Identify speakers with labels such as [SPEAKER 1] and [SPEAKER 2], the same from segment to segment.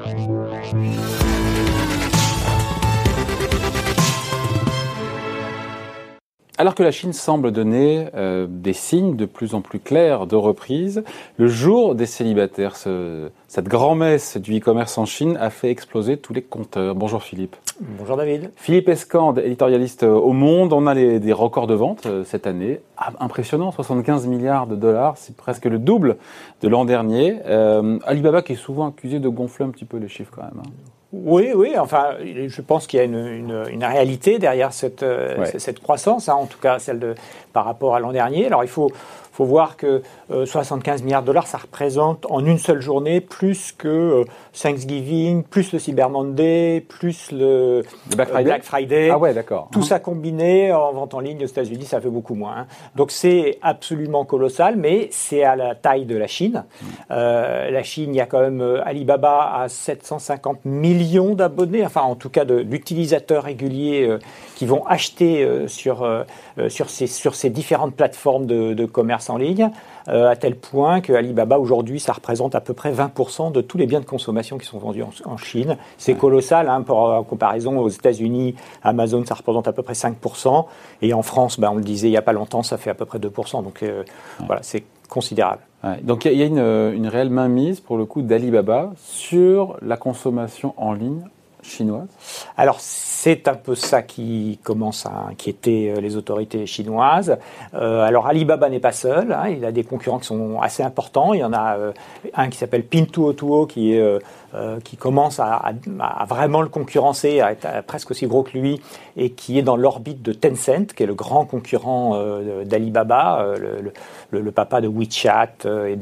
[SPEAKER 1] Alors que la Chine semble donner des signes de plus en plus clairs de reprise, le jour des célibataires, cette grand-messe du e-commerce en Chine a fait exploser tous les compteurs. Bonjour Philippe.
[SPEAKER 2] Bonjour David.
[SPEAKER 1] Philippe Escande, éditorialiste au Monde. On a des records de vente cette année. Impressionnant, 75 milliards de dollars, c'est presque le double de l'an dernier. Alibaba qui est souvent accusé de gonfler un petit peu les chiffres quand même.
[SPEAKER 2] Oui, enfin, je pense qu'il y a une réalité derrière cette croissance, en tout cas celle par rapport à l'an dernier. Alors il faut voir que 75 milliards de dollars, ça représente en une seule journée plus que Thanksgiving, plus le Cyber Monday, plus le Black Friday.
[SPEAKER 1] Ah ouais, d'accord.
[SPEAKER 2] Tout ça combiné en vente en ligne aux États-Unis, ça fait beaucoup moins. Donc c'est absolument colossal, mais c'est à la taille de la Chine. La Chine, il y a quand même Alibaba à 750 millions d'abonnés, enfin en tout cas d'utilisateurs réguliers qui vont acheter sur ces différentes plateformes de commerce en ligne, à tel point que Alibaba aujourd'hui, ça représente à peu près 20% de tous les biens de consommation qui sont vendus en Chine. C'est colossal, en comparaison aux États-Unis, Amazon, ça représente à peu près 5%, et en France, on le disait il n'y a pas longtemps, ça fait à peu près 2%, donc voilà, c'est considérable.
[SPEAKER 1] Ouais, donc il y a une réelle mainmise, pour le coup, d'Alibaba sur la consommation en ligne chinoise.
[SPEAKER 2] Alors, c'est un peu ça qui commence à inquiéter les autorités chinoises. Alors, Alibaba n'est pas seul. Il a des concurrents qui sont assez importants. Il y en a un qui s'appelle Pinduoduo qui commence à vraiment le concurrencer, à être presque aussi gros que lui, et qui est dans l'orbite de Tencent, qui est le grand concurrent d'Alibaba, le papa de WeChat et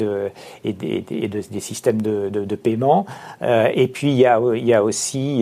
[SPEAKER 2] des systèmes de paiement. Et puis, il y a aussi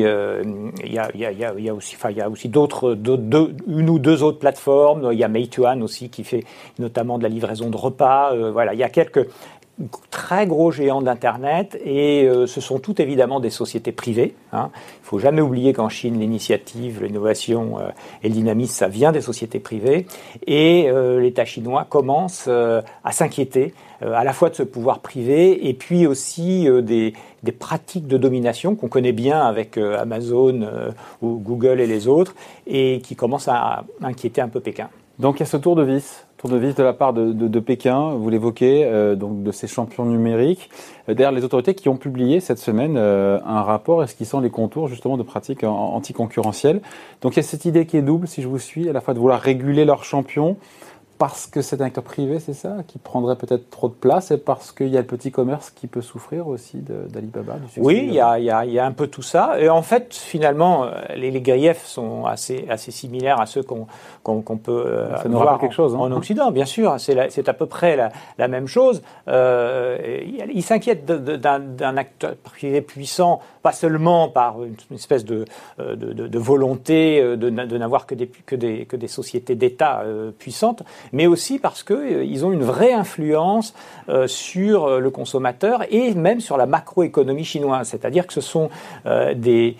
[SPEAKER 2] d'autres, une ou deux autres plateformes. Il y a Meituan aussi qui fait notamment de la livraison de repas. Voilà, il y a quelques très gros géants de l'Internet et ce sont toutes évidemment des sociétés privées. Il ne faut jamais oublier qu'en Chine, l'initiative, l'innovation et le dynamisme, ça vient des sociétés privées. Et l'État chinois commence à s'inquiéter à la fois de ce pouvoir privé et puis aussi des pratiques de domination qu'on connaît bien avec Amazon ou Google et les autres et qui commencent à inquiéter un peu Pékin.
[SPEAKER 1] Donc il y a ce tour de vis de la part de Pékin, vous l'évoquez, donc de ces champions numériques. D'ailleurs, les autorités qui ont publié cette semaine un rapport esquissant les contours justement de pratiques anticoncurrentielles. Donc il y a cette idée qui est double, si je vous suis, à la fois de vouloir réguler leurs champions, parce que c'est un acteur privé, c'est ça, qui prendrait peut-être trop de place, et parce qu'il y a le petit commerce qui peut souffrir aussi d'Alibaba.
[SPEAKER 2] Oui, il y a un peu tout ça. Et en fait, finalement, les griefs sont assez similaires à ceux qu'on peut voir
[SPEAKER 1] quelque chose,
[SPEAKER 2] en Occident, bien sûr. C'est à peu près la même chose. Ils s'inquiètent d'un acteur privé puissant, pas seulement par une espèce de volonté de n'avoir que des sociétés d'État puissantes, mais aussi parce qu'ils ont une vraie influence sur le consommateur et même sur la macroéconomie chinoise. C'est-à-dire que ce sont des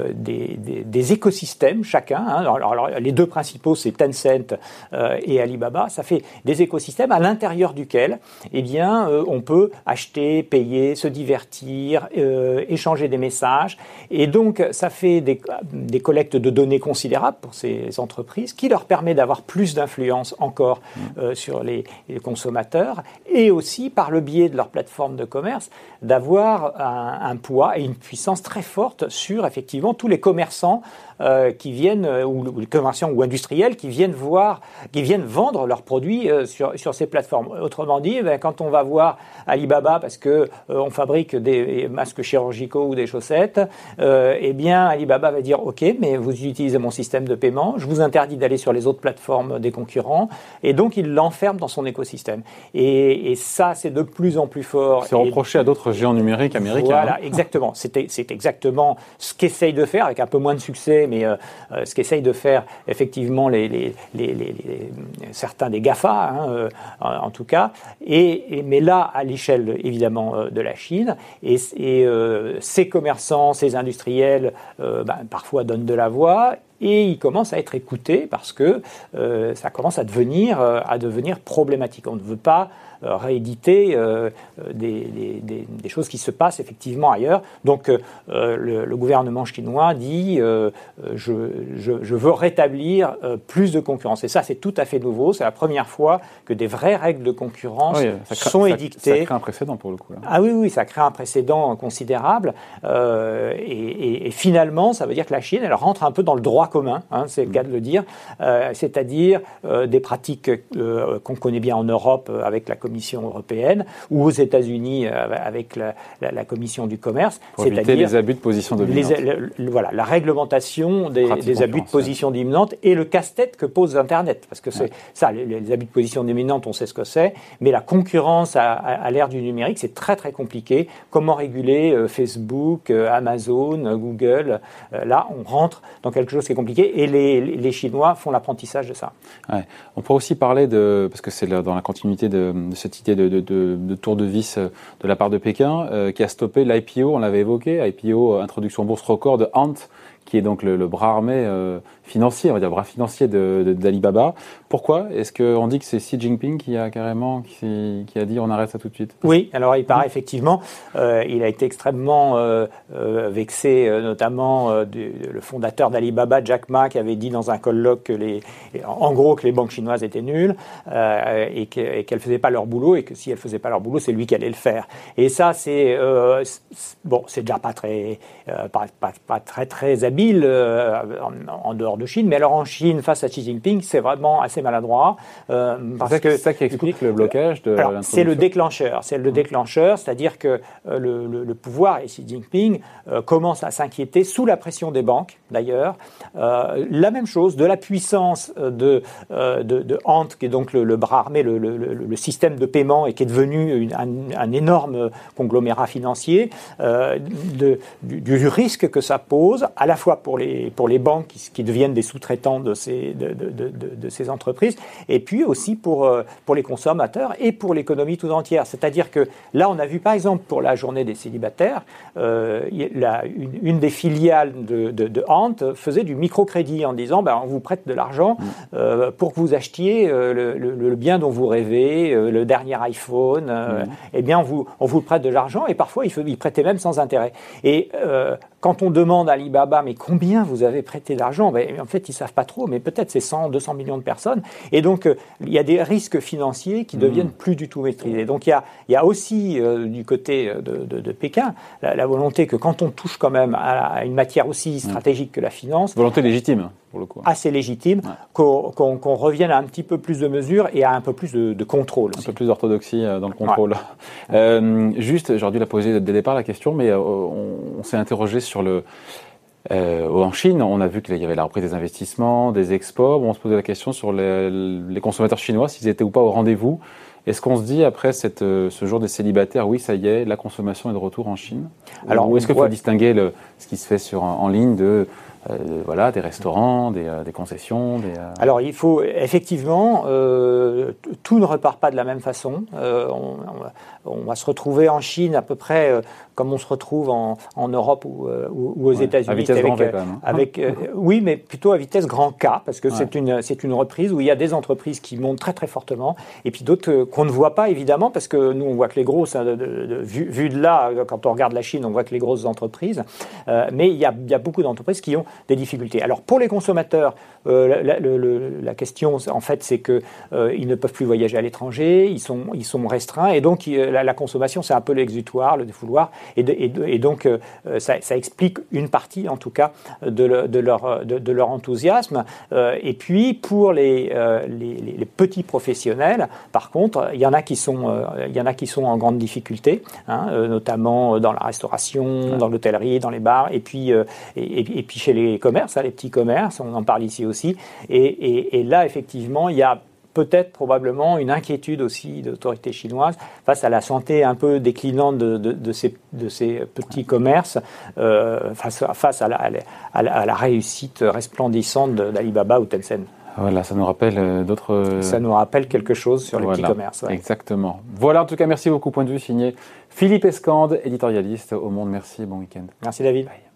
[SPEAKER 2] écosystèmes, chacun. Alors, les deux principaux, c'est Tencent et Alibaba. Ça fait des écosystèmes à l'intérieur duquel on peut acheter, payer, se divertir, échanger des messages. Et donc, ça fait des collectes de données considérables pour ces entreprises qui leur permet d'avoir plus d'influence encore sur les consommateurs et aussi par le biais de leur plateforme de commerce d'avoir un poids et une puissance très forte sur effectivement tous les commerçants qui viennent ou les commerçants ou industriels qui viennent vendre leurs produits sur ces plateformes. Autrement dit, quand on va voir Alibaba parce que on fabrique des masques chirurgicaux ou des chaussettes, Alibaba va dire OK, mais vous utilisez mon système de paiement, je vous interdis d'aller sur les autres plateformes des concurrents, et donc il l'enferme dans son écosystème. Et ça, c'est de plus en plus fort.
[SPEAKER 1] C'est reproché à d'autres géants numériques américains.
[SPEAKER 2] Voilà, exactement. C'est exactement ce qu'essayent de faire, avec un peu moins de succès, mais ce qu'essayent de faire effectivement certains des GAFA, en tout cas. Mais là, à l'échelle évidemment de la Chine, et ces commerçants, ces industriels, parfois donnent de la voix. et il commence à être écouté parce que ça commence à devenir problématique. On ne veut pas rééditer des choses qui se passent effectivement ailleurs. Donc le gouvernement chinois dit je veux rétablir plus de concurrence. Et ça, c'est tout à fait nouveau. C'est la première fois que des vraies règles de concurrence sont édictées.
[SPEAKER 1] Ça crée un précédent pour le coup. Là.
[SPEAKER 2] Ah oui, ça crée un précédent considérable. Et finalement, ça veut dire que la Chine, elle rentre un peu dans le droit commun, c'est le cas de le dire, c'est-à-dire des pratiques qu'on connaît bien en Europe avec la Commission européenne ou aux États-Unis avec la Commission du commerce.
[SPEAKER 1] Pour éviter les abus de position dominante.
[SPEAKER 2] Voilà, la réglementation des abus de position dominante et le casse-tête que pose Internet. Parce que c'est ça, les abus de position dominante, on sait ce que c'est, mais la concurrence à l'ère du numérique, c'est très très compliqué. Comment réguler Facebook, Amazon, Google? Là, on rentre dans quelque chose qui est compliqué et les Chinois font l'apprentissage de ça.
[SPEAKER 1] Ouais. On pourrait aussi parler parce que c'est dans la continuité de cette idée de tour de vis de la part de Pékin, qui a stoppé l'IPO, on l'avait évoqué, IPO, introduction bourse record de Ant, qui est donc le bras armé financier, on va dire bras financier d'Alibaba. Pourquoi? Est-ce qu'on dit que c'est Xi Jinping qui a dit on arrête ça tout de suite?
[SPEAKER 2] Oui, alors il paraît effectivement, il a été extrêmement vexé, notamment le fondateur d'Alibaba, Jack Ma, qui avait dit dans un colloque que en gros que les banques chinoises étaient nulles et qu'elles ne faisaient pas leur boulot, et que si elles ne faisaient pas leur boulot, c'est lui qui allait le faire. Et ça, c'est déjà pas très habile en dehors de Chine, mais alors en Chine, face à Xi Jinping, c'est vraiment assez maladroit.
[SPEAKER 1] C'est ça qui explique le blocage de l'introduction.
[SPEAKER 2] C'est le déclencheur, c'est-à-dire que le pouvoir et Xi Jinping commence à s'inquiéter sous la pression des banques, d'ailleurs. La même chose, de la puissance de Ant, qui est donc le bras armé, le système de paiement, et qui est devenu un énorme conglomérat financier, du risque que ça pose, à la fois pour les banques qui deviennent des sous-traitants de ces entreprises, et puis aussi pour les consommateurs et pour l'économie tout entière. C'est-à-dire que là, on a vu par exemple pour la journée des célibataires, une des filiales de Ant faisait du microcrédit en disant on vous prête de l'argent pour que vous achetiez le bien dont vous rêvez, le dernier iPhone, eh bien on vous prête de l'argent, et parfois ils prêtaient même sans intérêt. Et quand on demande à Alibaba mais combien vous avez prêté d'argent, en fait ils savent pas trop, mais peut-être c'est 100, 200 millions de personnes, et donc il y a des risques financiers qui deviennent plus du tout maîtrisés. Donc il y a aussi du côté de Pékin la volonté que quand on touche quand même à une matière aussi stratégique que la finance,
[SPEAKER 1] volonté légitime pour le coup,
[SPEAKER 2] assez légitime, qu'on revienne à un petit peu plus de mesures et à un peu plus de contrôle aussi.
[SPEAKER 1] Un peu plus d'orthodoxie dans le contrôle. Ouais. Juste, j'aurais dû la poser dès le départ la question, mais on s'est interrogé sur en Chine, on a vu qu'il y avait la reprise des investissements, des exports. On se posait la question sur les consommateurs chinois, s'ils étaient ou pas au rendez-vous. Est-ce qu'on se dit, après ce jour des célibataires, oui, ça y est, la consommation est de retour en Chine? Alors, ou est-ce qu'il faut distinguer ce qui se fait en ligne des restaurants, des concessions
[SPEAKER 2] Alors, il faut effectivement, tout ne repart pas de la même façon. On va se retrouver en Chine à peu près comme on se retrouve en Europe ou aux États-Unis.
[SPEAKER 1] À vitesse grand V quand même.
[SPEAKER 2] Oui, mais plutôt à vitesse grand K, parce que c'est une reprise où il y a des entreprises qui montent très très fortement, et puis d'autres qu'on ne voit pas évidemment, parce que nous on voit que les grosses, vu de là, quand on regarde la Chine, on voit que les grosses entreprises, mais il y a beaucoup d'entreprises qui ont des difficultés. Alors pour les consommateurs, la question en fait c'est que ils ne peuvent plus voyager à l'étranger, ils sont restreints, et donc la consommation c'est un peu l'exutoire, le défouloir, et donc ça explique une partie en tout cas de leur enthousiasme. Et puis pour les petits professionnels, par contre, il y en a qui sont en grande difficulté, notamment dans la restauration, dans l'hôtellerie, dans les bars, et puis chez les commerces, les petits commerces, on en parle ici aussi. Et là, effectivement, il y a peut-être probablement une inquiétude aussi d'autorités chinoises face à la santé un peu déclinante de ces petits commerces, face à la réussite resplendissante d'Alibaba ou Tencent.
[SPEAKER 1] Voilà, ça nous rappelle
[SPEAKER 2] Ça nous rappelle quelque chose sur les petits commerces. Ouais.
[SPEAKER 1] Exactement. Voilà, en tout cas, merci beaucoup. Point de vue signé Philippe Escande, éditorialiste au Monde. Merci, bon week-end.
[SPEAKER 2] Merci David.
[SPEAKER 1] Bye.